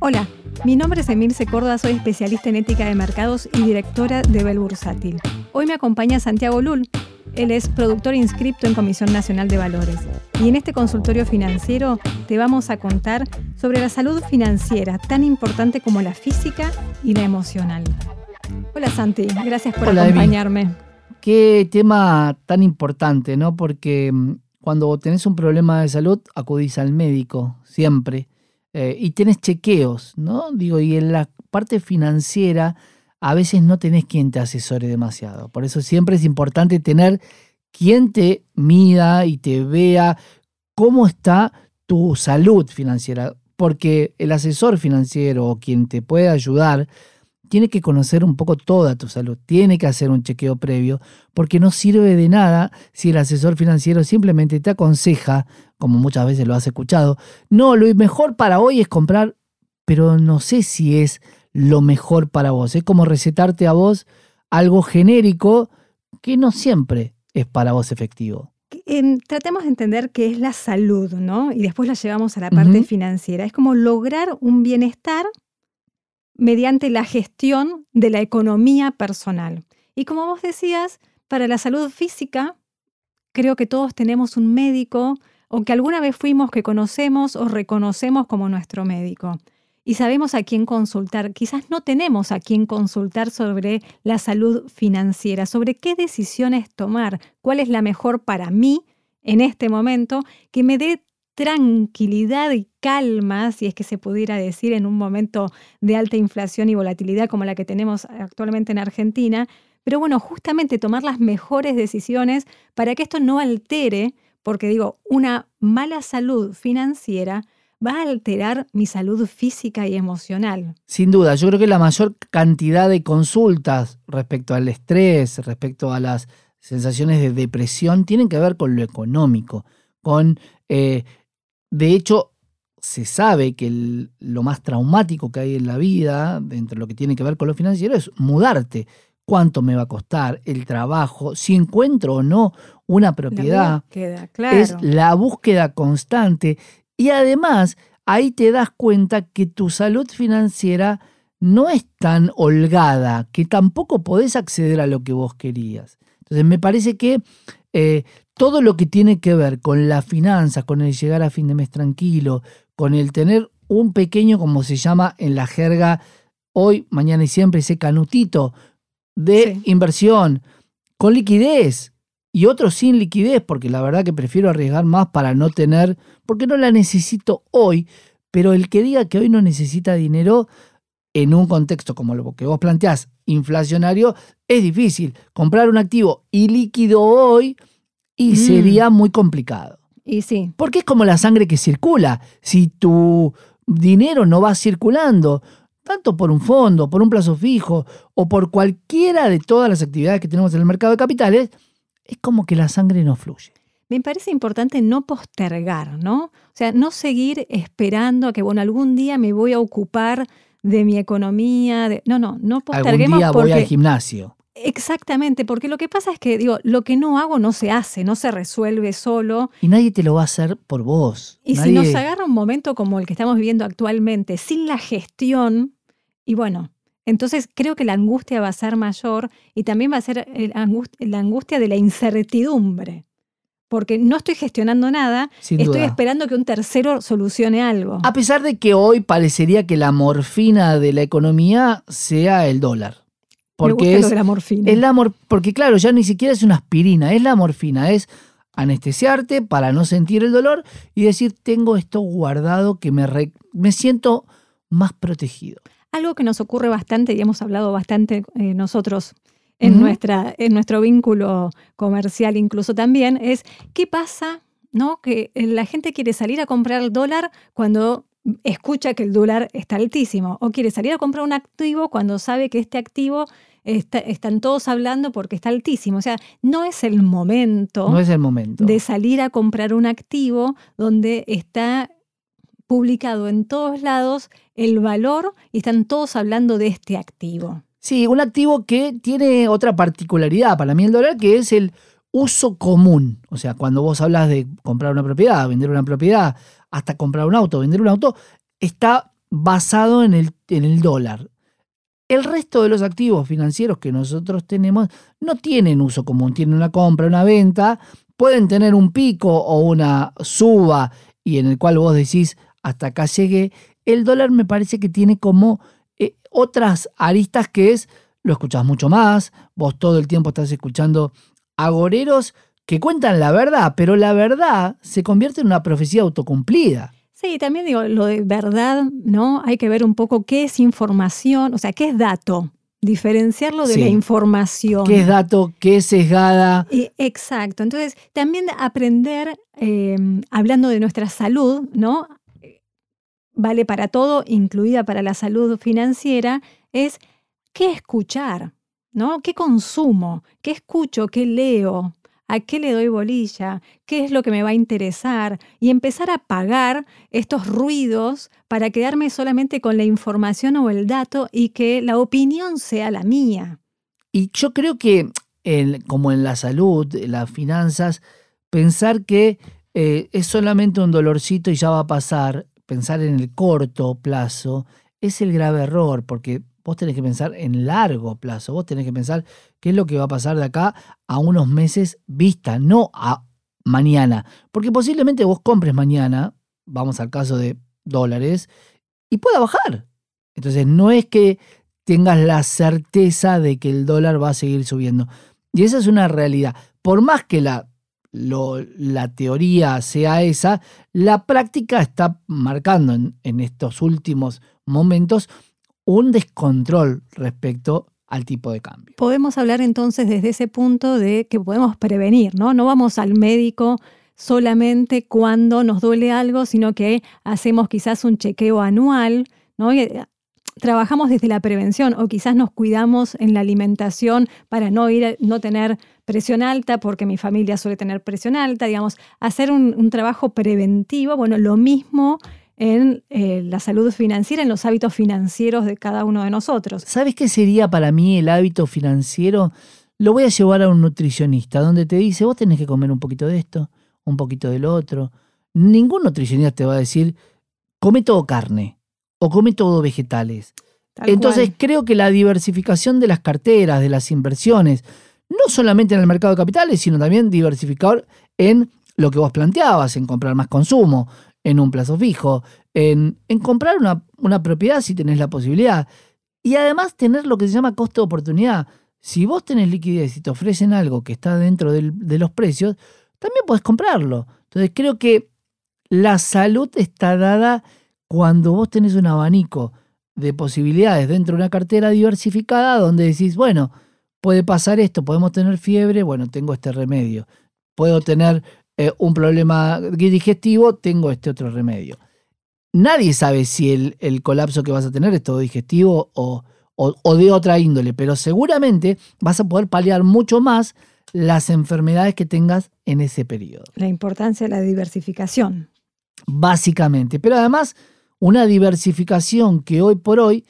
Hola, mi nombre es Emilce Córdoba, soy especialista en ética de mercados y directora de Bell Bursátil. Hoy me acompaña Santiago Lul. Él es productor inscripto en Comisión Nacional de Valores. Y en este consultorio financiero te vamos a contar sobre la salud financiera, tan importante como la física y la emocional. Hola Santi, gracias por acompañarme. Emi. Qué tema tan importante, ¿no? Porque cuando tenés un problema de salud, acudís al médico, siempre. Y tenés chequeos, ¿no? Y en la parte financiera a veces no tenés quien te asesore demasiado. Por eso siempre es importante tener quien te mida y te vea cómo está tu salud financiera. Porque el asesor financiero o quien te puede ayudar tiene que conocer un poco toda tu salud, tiene que hacer un chequeo previo, porque no sirve de nada si el asesor financiero simplemente te aconseja, como muchas veces lo has escuchado, no, lo mejor para hoy es comprar, pero no sé si es lo mejor para vos. Es como recetarte a vos algo genérico que no siempre es para vos efectivo. Tratemos de entender qué es la salud, ¿no? Y después la llevamos a la parte financiera. Es como lograr un bienestar mediante la gestión de la economía personal. Y como vos decías, para la salud física, creo que todos tenemos un médico o que alguna vez fuimos, que conocemos o reconocemos como nuestro médico. Y sabemos a quién consultar. Quizás no tenemos a quién consultar sobre la salud financiera, sobre qué decisiones tomar, cuál es la mejor para mí en este momento, que me dé tranquilidad y calma, si es que se pudiera decir, en un momento de alta inflación y volatilidad como la que tenemos actualmente en Argentina. Pero bueno, justamente tomar las mejores decisiones para que esto no altere, porque una mala salud financiera va a alterar mi salud física y emocional. Sin duda, yo creo que la mayor cantidad de consultas respecto al estrés, respecto a las sensaciones de depresión, tienen que ver con lo económico, de hecho, se sabe que lo más traumático que hay en la vida, dentro de lo que tiene que ver con lo financiero, es mudarte. ¿Cuánto me va a costar el trabajo? Si encuentro o no una propiedad. La búsqueda, claro. Es la búsqueda constante. Y además, ahí te das cuenta que tu salud financiera no es tan holgada, que tampoco podés acceder a lo que vos querías. Entonces, me parece que todo lo que tiene que ver con la finanza, con el llegar a fin de mes tranquilo, con el tener un pequeño, como se llama en la jerga, hoy, mañana y siempre, ese canutito de inversión con liquidez y otros sin liquidez, porque la verdad que prefiero arriesgar más para no tener, porque no la necesito hoy, pero el que diga que hoy no necesita dinero en un contexto como lo que vos planteás, inflacionario, es difícil. Comprar un activo ilíquido hoy y sería muy complicado. Y sí. Porque es como la sangre que circula. Si tu dinero no va circulando, tanto por un fondo, por un plazo fijo o por cualquiera de todas las actividades que tenemos en el mercado de capitales, es como que la sangre no fluye. Me parece importante no postergar, ¿no? O sea, no seguir esperando a que, algún día me voy a ocupar de mi economía. No posterguemos. Algún día voy al gimnasio. Exactamente, porque lo que pasa es que, lo que no hago no se hace, no se resuelve solo. Y nadie te lo va a hacer por vos. Y si nos agarra un momento como el que estamos viviendo actualmente, sin la gestión, entonces creo que la angustia va a ser mayor y también va a ser la angustia de la incertidumbre. Porque no estoy gestionando nada, estoy esperando que un tercero solucione algo. A pesar de que hoy parecería que la morfina de la economía sea el dólar. Porque me gusta lo de la morfina. Porque claro, ya ni siquiera es una aspirina, es la morfina, es anestesiarte para no sentir el dolor y decir, tengo esto guardado que me siento más protegido. Algo que nos ocurre bastante y hemos hablado bastante nosotros en nuestro vínculo comercial incluso también, es qué pasa, ¿no? Que la gente quiere salir a comprar el dólar cuando escucha que el dólar está altísimo, o quiere salir a comprar un activo cuando sabe que este activo están todos hablando porque está altísimo. O sea, no es el momento de salir a comprar un activo donde está publicado en todos lados el valor y están todos hablando de este activo. Sí, un activo que tiene otra particularidad para mí el dólar, que es el uso común. O sea, cuando vos hablas de comprar una propiedad, vender una propiedad, hasta comprar un auto, vender un auto, está basado en el dólar. El resto de los activos financieros que nosotros tenemos no tienen uso común, tienen una compra, una venta, pueden tener un pico o una suba y en el cual vos decís hasta acá llegué. El dólar me parece que tiene como otras aristas que lo escuchás mucho más, vos todo el tiempo estás escuchando agoreros que cuentan la verdad, pero la verdad se convierte en una profecía autocumplida. Sí, también digo, lo de verdad, ¿no? Hay que ver un poco qué es información, o sea, qué es dato, diferenciarlo de la información. ¿Qué es dato? ¿Qué es sesgada? Exacto. Entonces, también aprender, hablando de nuestra salud, ¿no? Vale para todo, incluida para la salud financiera, es qué escuchar, ¿no? ¿Qué consumo? ¿Qué escucho? ¿Qué leo? ¿A qué le doy bolilla? ¿Qué es lo que me va a interesar? Y empezar a apagar estos ruidos para quedarme solamente con la información o el dato y que la opinión sea la mía. Y yo creo que, como en la salud, en las finanzas, pensar que es solamente un dolorcito y ya va a pasar, pensar en el corto plazo, es el grave error, porque vos tenés que pensar en largo plazo, vos tenés que pensar qué es lo que va a pasar de acá a unos meses vista, no a mañana. Porque posiblemente vos compres mañana, vamos al caso de dólares, y pueda bajar. Entonces no es que tengas la certeza de que el dólar va a seguir subiendo. Y esa es una realidad. Por más que la teoría sea esa, la práctica está marcando en estos últimos momentos un descontrol respecto al tipo de cambio. Podemos hablar entonces desde ese punto de que podemos prevenir, ¿no? No vamos al médico solamente cuando nos duele algo, sino que hacemos quizás un chequeo anual, ¿no? Y trabajamos desde la prevención o quizás nos cuidamos en la alimentación para no tener presión alta porque mi familia suele tener presión alta, digamos, hacer un trabajo preventivo, bueno, lo mismo en la salud financiera, en los hábitos financieros de cada uno de nosotros. ¿Sabes qué sería para mí el hábito financiero? Lo voy a llevar a un nutricionista, donde te dice, vos tenés que comer un poquito de esto, un poquito de lo otro. Ningún nutricionista te va a decir, come todo carne o come todo vegetales. Entonces creo que la diversificación de las carteras, de las inversiones, no solamente en el mercado de capitales, sino también diversificar en lo que vos planteabas, en comprar más consumo, en un plazo fijo, en comprar una propiedad si tenés la posibilidad. Y además tener lo que se llama costo de oportunidad. Si vos tenés liquidez y te ofrecen algo que está dentro de los precios, también podés comprarlo. Entonces creo que la salud está dada cuando vos tenés un abanico de posibilidades dentro de una cartera diversificada donde decís, bueno, puede pasar esto, podemos tener fiebre, bueno, tengo este remedio. Puedo tener un problema digestivo, tengo este otro remedio. Nadie sabe si el colapso que vas a tener es todo digestivo o de otra índole, pero seguramente vas a poder paliar mucho más las enfermedades que tengas en ese periodo. La importancia de la diversificación. Básicamente, pero además una diversificación que hoy por hoy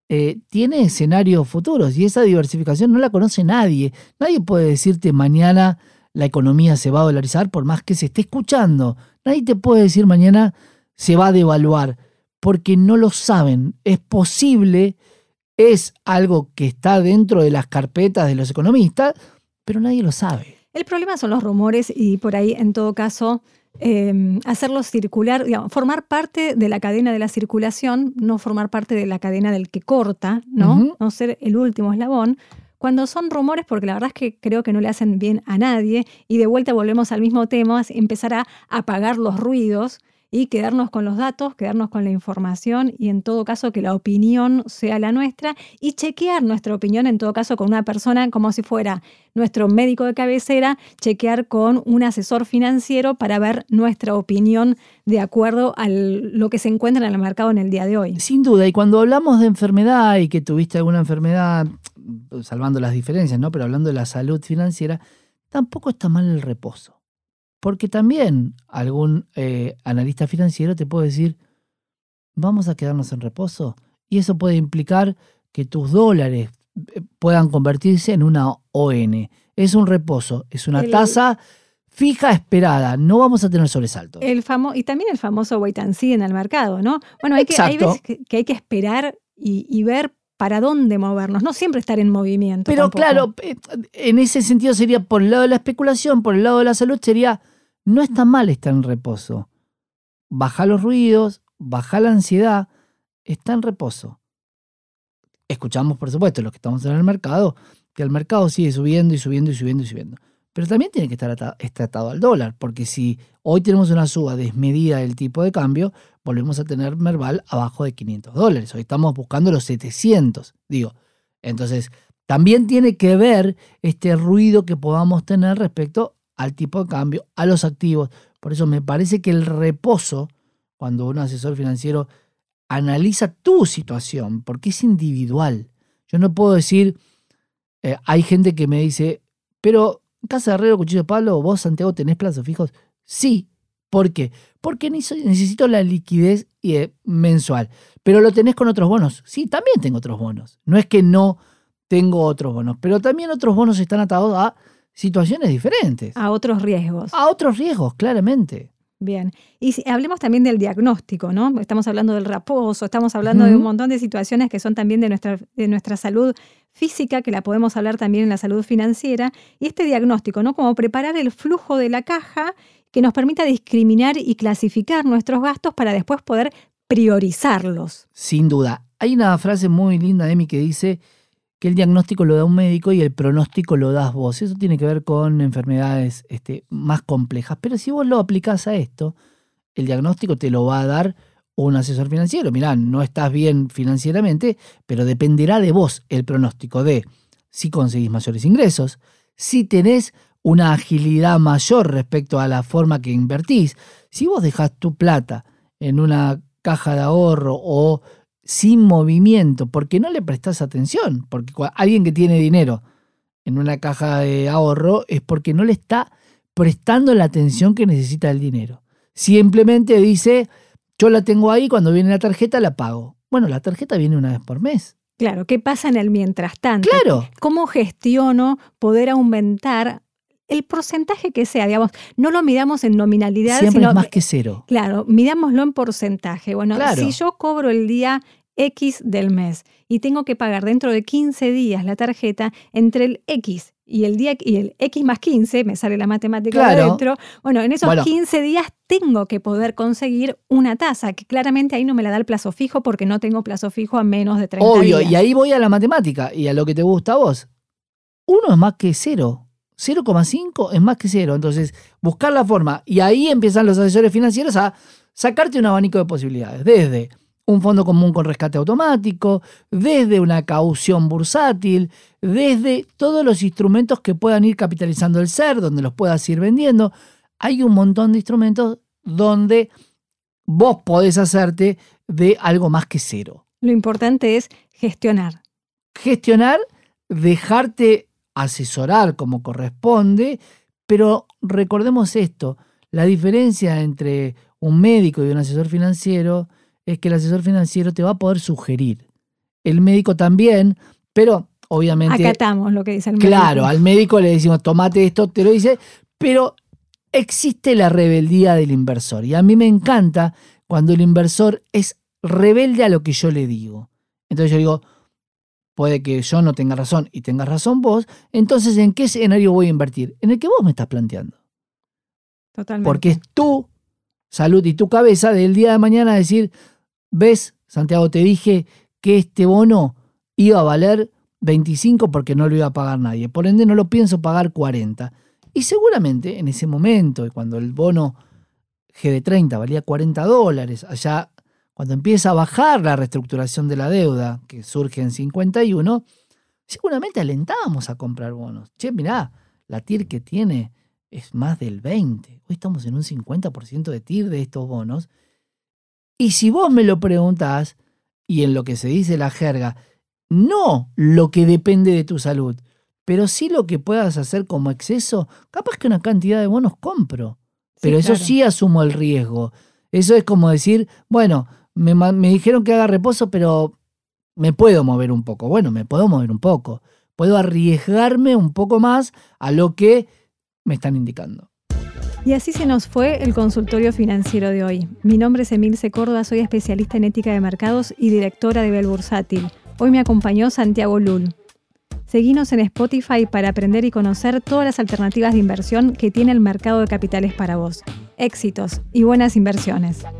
tiene escenarios futuros y esa diversificación no la conoce nadie. Nadie puede decirte mañana la economía se va a dolarizar por más que se esté escuchando. Nadie te puede decir mañana se va a devaluar porque no lo saben. Es posible, es algo que está dentro de las carpetas de los economistas, pero nadie lo sabe. El problema son los rumores y por ahí en todo caso hacerlos circular, digamos, formar parte de la cadena de la circulación, no formar parte de la cadena del que corta, ¿no? Uh-huh. No ser el último eslabón. Cuando son rumores, porque la verdad es que creo que no le hacen bien a nadie, y de vuelta volvemos al mismo tema, empezar a apagar los ruidos y quedarnos con los datos, quedarnos con la información y en todo caso que la opinión sea la nuestra y chequear nuestra opinión en todo caso con una persona como si fuera nuestro médico de cabecera, chequear con un asesor financiero para ver nuestra opinión de acuerdo a lo que se encuentra en el mercado en el día de hoy. Sin duda, y cuando hablamos de enfermedad y que tuviste alguna enfermedad, salvando las diferencias, ¿no? Pero hablando de la salud financiera, tampoco está mal el reposo. Porque también algún analista financiero te puede decir, vamos a quedarnos en reposo. Y eso puede implicar que tus dólares puedan convertirse en una ON. Es un reposo, es una tasa fija esperada, no vamos a tener sobresaltos. Y también el famoso wait and see en el mercado, ¿no? Bueno, hay veces que hay que esperar y ver para dónde movernos, no siempre estar en movimiento. Pero tampoco. claro, en ese sentido sería por el lado de la especulación, por el lado de la salud sería, no está mal estar en reposo. Baja los ruidos, baja la ansiedad, está en reposo. Escuchamos, por supuesto, los que estamos en el mercado, que el mercado sigue subiendo y subiendo y subiendo y subiendo. Pero también tiene que estar atado al dólar, porque si hoy tenemos una suba desmedida del tipo de cambio, volvemos a tener Merval abajo de $500. Hoy estamos buscando los 700, digo. Entonces, también tiene que ver este ruido que podamos tener respecto al tipo de cambio, a los activos. Por eso me parece que el reposo, cuando un asesor financiero analiza tu situación, porque es individual. Yo no puedo decir, hay gente que me dice, pero Casa de Herrero, Cuchillo de Palo, vos, Santiago, ¿tenés plazos fijos? Sí. ¿Por qué? Porque necesito la liquidez mensual. ¿Pero lo tenés con otros bonos? Sí, también tengo otros bonos. No es que no tengo otros bonos, pero también otros bonos están atados a situaciones diferentes. A otros riesgos. A otros riesgos, claramente. Bien. Y hablemos también del diagnóstico, ¿no? Estamos hablando del reposo, estamos hablando de un montón de situaciones que son también de nuestra salud física, que la podemos hablar también en la salud financiera. Y este diagnóstico, ¿no? Como preparar el flujo de la caja que nos permita discriminar y clasificar nuestros gastos para después poder priorizarlos. Sin duda. Hay una frase muy linda de Emi que dice que el diagnóstico lo da un médico y el pronóstico lo das vos. Eso tiene que ver con enfermedades más complejas. Pero si vos lo aplicás a esto, el diagnóstico te lo va a dar un asesor financiero. Mirá, no estás bien financieramente, pero dependerá de vos el pronóstico de si conseguís mayores ingresos, si tenés una agilidad mayor respecto a la forma que invertís. Si vos dejás tu plata en una caja de ahorro o sin movimiento, porque no le prestás atención, porque alguien que tiene dinero en una caja de ahorro es porque no le está prestando la atención que necesita el dinero. Simplemente dice, yo la tengo ahí, cuando viene la tarjeta la pago. Bueno, la tarjeta viene una vez por mes. Claro, ¿qué pasa en el mientras tanto? Claro. ¿Cómo gestiono poder aumentar el porcentaje que sea? Digamos, no lo midamos en nominalidad, siempre sino es más que cero. Claro, midámoslo en porcentaje. Bueno, claro. Si yo cobro el día X del mes y tengo que pagar dentro de 15 días la tarjeta, entre el X y el X más 15, me sale la matemática de adentro, bueno, en esos 15 días tengo que poder conseguir una tasa, que claramente ahí no me la da el plazo fijo porque no tengo plazo fijo a menos de 30 días. Y ahí voy a la matemática y a lo que te gusta a vos. 1 es más que 0. 0,5 es más que 0. Entonces, buscar la forma. Y ahí empiezan los asesores financieros a sacarte un abanico de posibilidades. Desde un fondo común con rescate automático, desde una caución bursátil, desde todos los instrumentos que puedan ir capitalizando el ser, donde los puedas ir vendiendo. Hay un montón de instrumentos donde vos podés hacerte de algo más que 0. Lo importante es gestionar. Gestionar, dejarte asesorar como corresponde, pero recordemos esto, la diferencia entre un médico y un asesor financiero es que el asesor financiero te va a poder sugerir. El médico también, pero obviamente... Acatamos lo que dice el médico. Claro, al médico le decimos, tomate esto, te lo dice, pero existe la rebeldía del inversor. Y a mí me encanta cuando el inversor es rebelde a lo que yo le digo. Entonces yo digo, puede que yo no tenga razón y tengas razón vos, entonces ¿en qué escenario voy a invertir? En el que vos me estás planteando. Totalmente. Porque es tu salud y tu cabeza del día de mañana decir, ves, Santiago, te dije que este bono iba a valer 25 porque no lo iba a pagar nadie. Por ende, no lo pienso pagar 40. Y seguramente en ese momento, cuando el bono GD30 valía $40, allá cuando empieza a bajar la reestructuración de la deuda, que surge en 51, seguramente alentábamos a comprar bonos. Che, mirá, la TIR que tiene es más del 20. Hoy estamos en un 50% de TIR de estos bonos. Y si vos me lo preguntás, y en lo que se dice la jerga, no lo que depende de tu salud, pero sí lo que puedas hacer como exceso, capaz que una cantidad de bonos compro. Pero sí, eso claro. Sí asumo el riesgo. Eso es como decir, bueno, me dijeron que haga reposo, pero me puedo mover un poco. Bueno, me puedo mover un poco. Puedo arriesgarme un poco más a lo que me están indicando. Y así se nos fue el consultorio financiero de hoy. Mi nombre es Emilce Córdoba, soy especialista en ética de mercados y directora de Bell Bursátil. Hoy me acompañó Santiago Lul. Seguinos en Spotify para aprender y conocer todas las alternativas de inversión que tiene el mercado de capitales para vos. Éxitos y buenas inversiones.